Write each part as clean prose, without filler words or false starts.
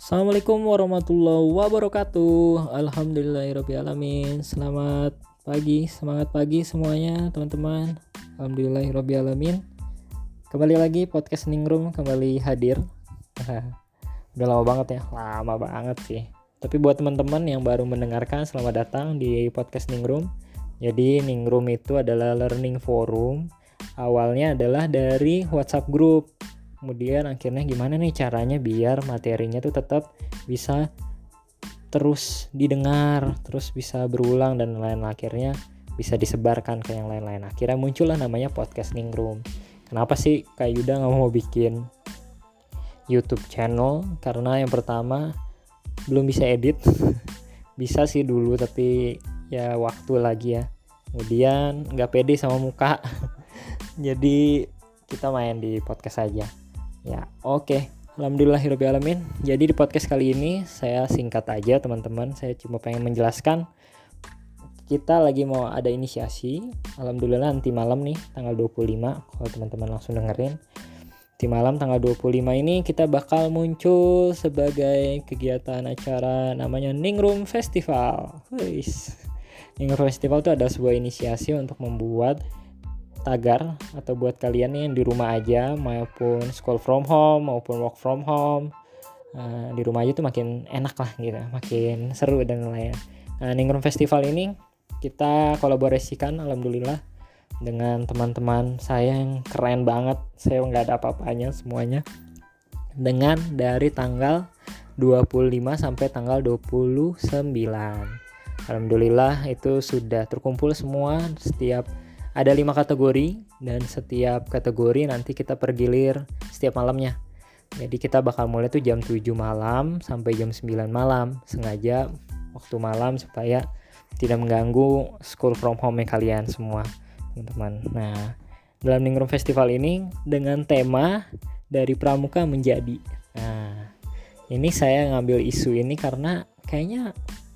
Assalamualaikum warahmatullahi wabarakatuh. Alhamdulillahirrabbilalamin. Semangat pagi semuanya teman-teman. Alhamdulillahirrabbilalamin. Kembali lagi podcast Ningrum kembali hadir. Udah lama banget sih. Tapi buat teman-teman yang baru mendengarkan, selamat datang di podcast Ningrum. Jadi Ningrum itu adalah learning forum. Awalnya adalah dari WhatsApp group. Kemudian akhirnya gimana nih caranya biar materinya tuh tetap bisa terus didengar, terus bisa berulang dan lain-lain, akhirnya bisa disebarkan ke yang lain-lain. Akhirnya muncullah namanya podcast Ningrum. Kenapa sih Kak Yuda nggak mau bikin YouTube channel? Karena yang pertama belum bisa edit. Bisa sih dulu tapi ya waktu lagi ya. Kemudian nggak pede sama muka. Jadi kita main di podcast aja. Ya, oke. Alhamdulillahirrabbilalamin. Jadi di podcast kali ini saya singkat aja teman-teman. Saya cuma pengen menjelaskan kita lagi mau ada inisiasi. Alhamdulillah nanti malam nih tanggal 25 kalau teman-teman langsung dengerin. Di malam tanggal 25 ini kita bakal muncul sebagai kegiatan acara namanya Ningrum Festival. Ningrum Festival itu ada sebuah inisiasi untuk membuat tagar atau buat kalian yang di rumah aja maupun school from home maupun work from home, di rumah aja tuh makin enak lah gitu, makin seru dan lain-lain. Ningrum Festival ini kita kolaborasikan alhamdulillah dengan teman-teman saya yang keren banget. Saya nggak ada apa-apanya semuanya, dengan dari tanggal 25 sampai tanggal 29. Alhamdulillah itu sudah terkumpul semua. Ada 5 kategori dan setiap kategori nanti kita pergilir setiap malamnya. Jadi kita bakal mulai tuh jam 7 malam sampai jam 9 malam. Sengaja waktu malam supaya tidak mengganggu school from home kalian semua, teman-teman. Nah, dalam Ningrum Festival ini dengan tema dari pramuka menjadi. Nah, ini saya ngambil isu ini karena kayaknya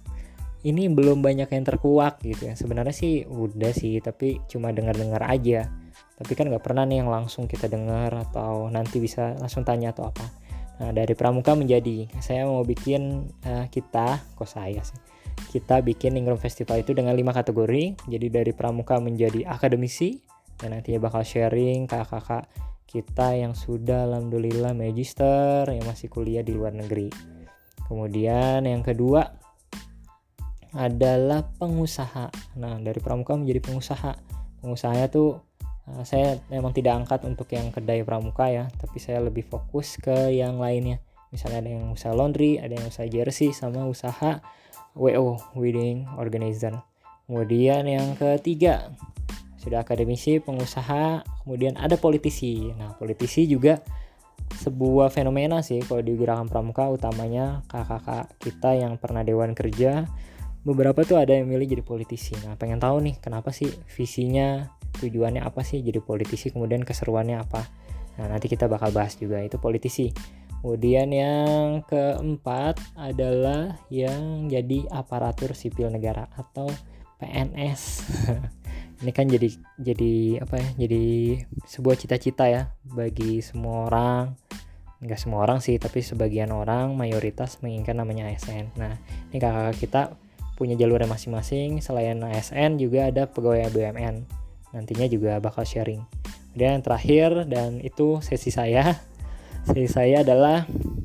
ini belum banyak yang terkuak gitu ya. Sebenarnya sih udah sih, tapi cuma dengar-dengar aja. Tapi kan nggak pernah nih yang langsung kita dengar atau nanti bisa langsung tanya atau apa. Nah, dari pramuka menjadi, saya mau bikin kita bikin Ningrum Festival itu dengan 5 kategori. Jadi dari pramuka menjadi akademisi, dan nantinya bakal sharing kakak-kakak kita yang sudah alhamdulillah magister, yang masih kuliah di luar negeri. Kemudian yang kedua adalah pengusaha. Nah, dari pramuka menjadi pengusaha. Pengusahanya tuh saya memang tidak angkat untuk yang kedai pramuka ya, tapi saya lebih fokus ke yang lainnya. Misalnya ada yang usaha laundry, ada yang usaha jersey, sama usaha WO, wedding organizer. Kemudian yang ketiga sudah akademisi, pengusaha, kemudian ada politisi. Nah, politisi juga sebuah fenomena sih kalau di gerakan pramuka, utamanya kakak-kakak kita yang pernah dewan kerja. Beberapa tuh ada yang milih jadi politisi. Nah, pengen tahu nih kenapa sih visinya, tujuannya apa sih jadi politisi, kemudian keseruannya apa. Nah, nanti kita bakal bahas juga itu politisi. Kemudian yang keempat adalah yang jadi aparatur sipil negara atau PNS. Ini kan jadi apa ya? Jadi sebuah cita-cita ya bagi semua orang. Enggak semua orang sih, tapi sebagian orang mayoritas menginginkan namanya ASN. Nah, ini kakak kita punya jalurnya masing-masing. Selain ASN juga ada pegawai BUMN, nantinya juga bakal sharing. Kemudian yang terakhir, dan itu sesi saya adalah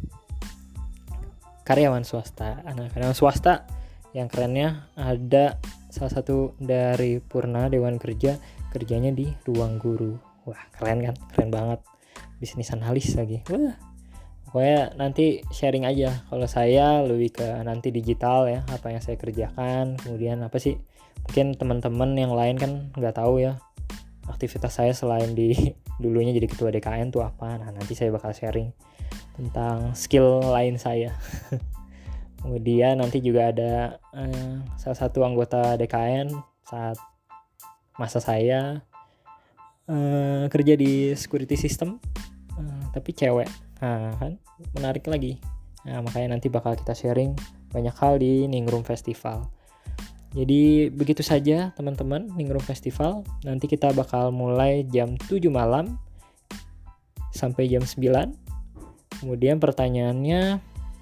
karyawan swasta. Nah, karyawan swasta yang kerennya ada salah satu dari Purna Dewan Kerja, kerjanya di Ruang Guru. Wah, keren kan? Keren banget. Bisnis analis lagi. Wah, pokoknya nanti sharing aja. Kalau saya lebih ke nanti digital ya, apa yang saya kerjakan. Kemudian apa sih, mungkin teman-teman yang lain kan nggak tahu ya aktivitas saya selain di dulunya jadi ketua DKN tuh apa. Nah, nanti saya bakal sharing tentang skill lain saya. Kemudian nanti juga ada salah satu anggota DKN saat masa saya kerja di security system, tapi cewek. Nah, kan menarik lagi. Nah, makanya nanti bakal kita sharing banyak hal di Ningrum Festival. Jadi begitu saja teman-teman Ningrum Festival. Nanti kita bakal mulai jam 7 malam sampai jam 9. Kemudian pertanyaannya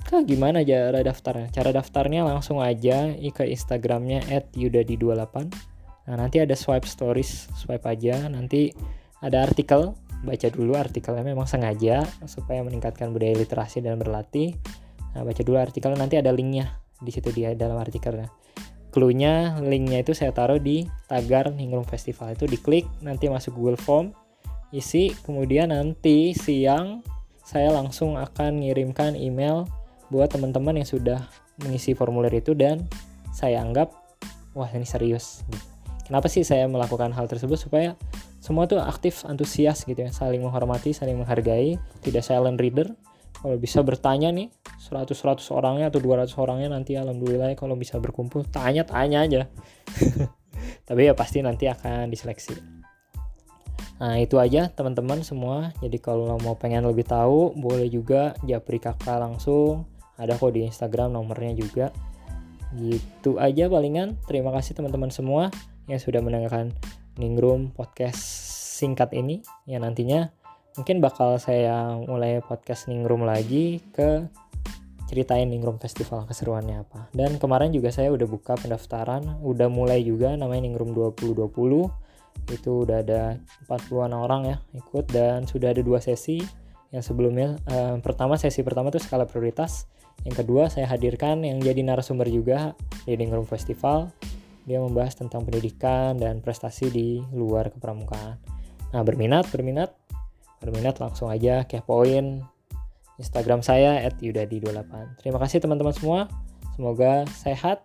Gimana cara daftarnya? Cara daftarnya langsung aja ke Instagramnya @yudadi28. Nah, nanti ada swipe stories, swipe aja. Nanti ada artikel, baca dulu artikelnya, memang sengaja supaya meningkatkan budaya literasi dan berlatih. Nah, baca dulu artikelnya, nanti ada linknya di situ dia dalam artikelnya. Cluenya, linknya itu saya taruh di tagar Ningrum Festival. Itu diklik, nanti masuk Google Form, isi, kemudian nanti siang saya langsung akan ngirimkan email buat teman-teman yang sudah mengisi formulir itu dan saya anggap, wah ini serius. Kenapa sih saya melakukan hal tersebut? Supaya semua tuh aktif, antusias gitu ya, saling menghormati, saling menghargai, tidak silent reader. Kalau bisa bertanya nih, 100 orangnya atau 200 orangnya nanti alhamdulillah kalau bisa berkumpul, tanya aja. Tapi ya pasti nanti akan diseleksi. Nah itu aja teman-teman semua. Jadi kalau mau pengen lebih tahu, boleh juga japri kakak langsung. Ada kok di Instagram nomornya juga. Gitu aja palingan. Terima kasih teman-teman semua yang sudah mendengarkan Ningrum podcast singkat ini. Yang nantinya mungkin bakal saya mulai podcast Ningrum lagi ke ceritain Ningrum Festival keseruannya apa. Dan kemarin juga saya udah buka pendaftaran. Udah mulai juga namanya Ningrum 2020. Itu udah ada 40-an orang ya ikut dan sudah ada 2 sesi. Yang sebelumnya sesi pertama tuh skala prioritas. Yang kedua saya hadirkan yang jadi narasumber juga di Ningrum Festival. Dia membahas tentang pendidikan dan prestasi di luar kepramukaan. Nah berminat langsung aja kepoin Instagram saya @yudadi28. Terima kasih teman-teman semua. Semoga sehat.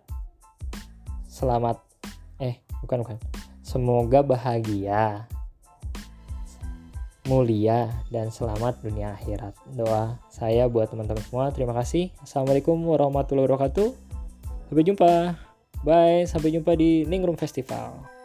Semoga bahagia, mulia, dan selamat dunia akhirat. Doa saya buat teman-teman semua. Terima kasih. Assalamualaikum warahmatullahi wabarakatuh. Sampai jumpa. Bye. Sampai jumpa di Ningrum Festival.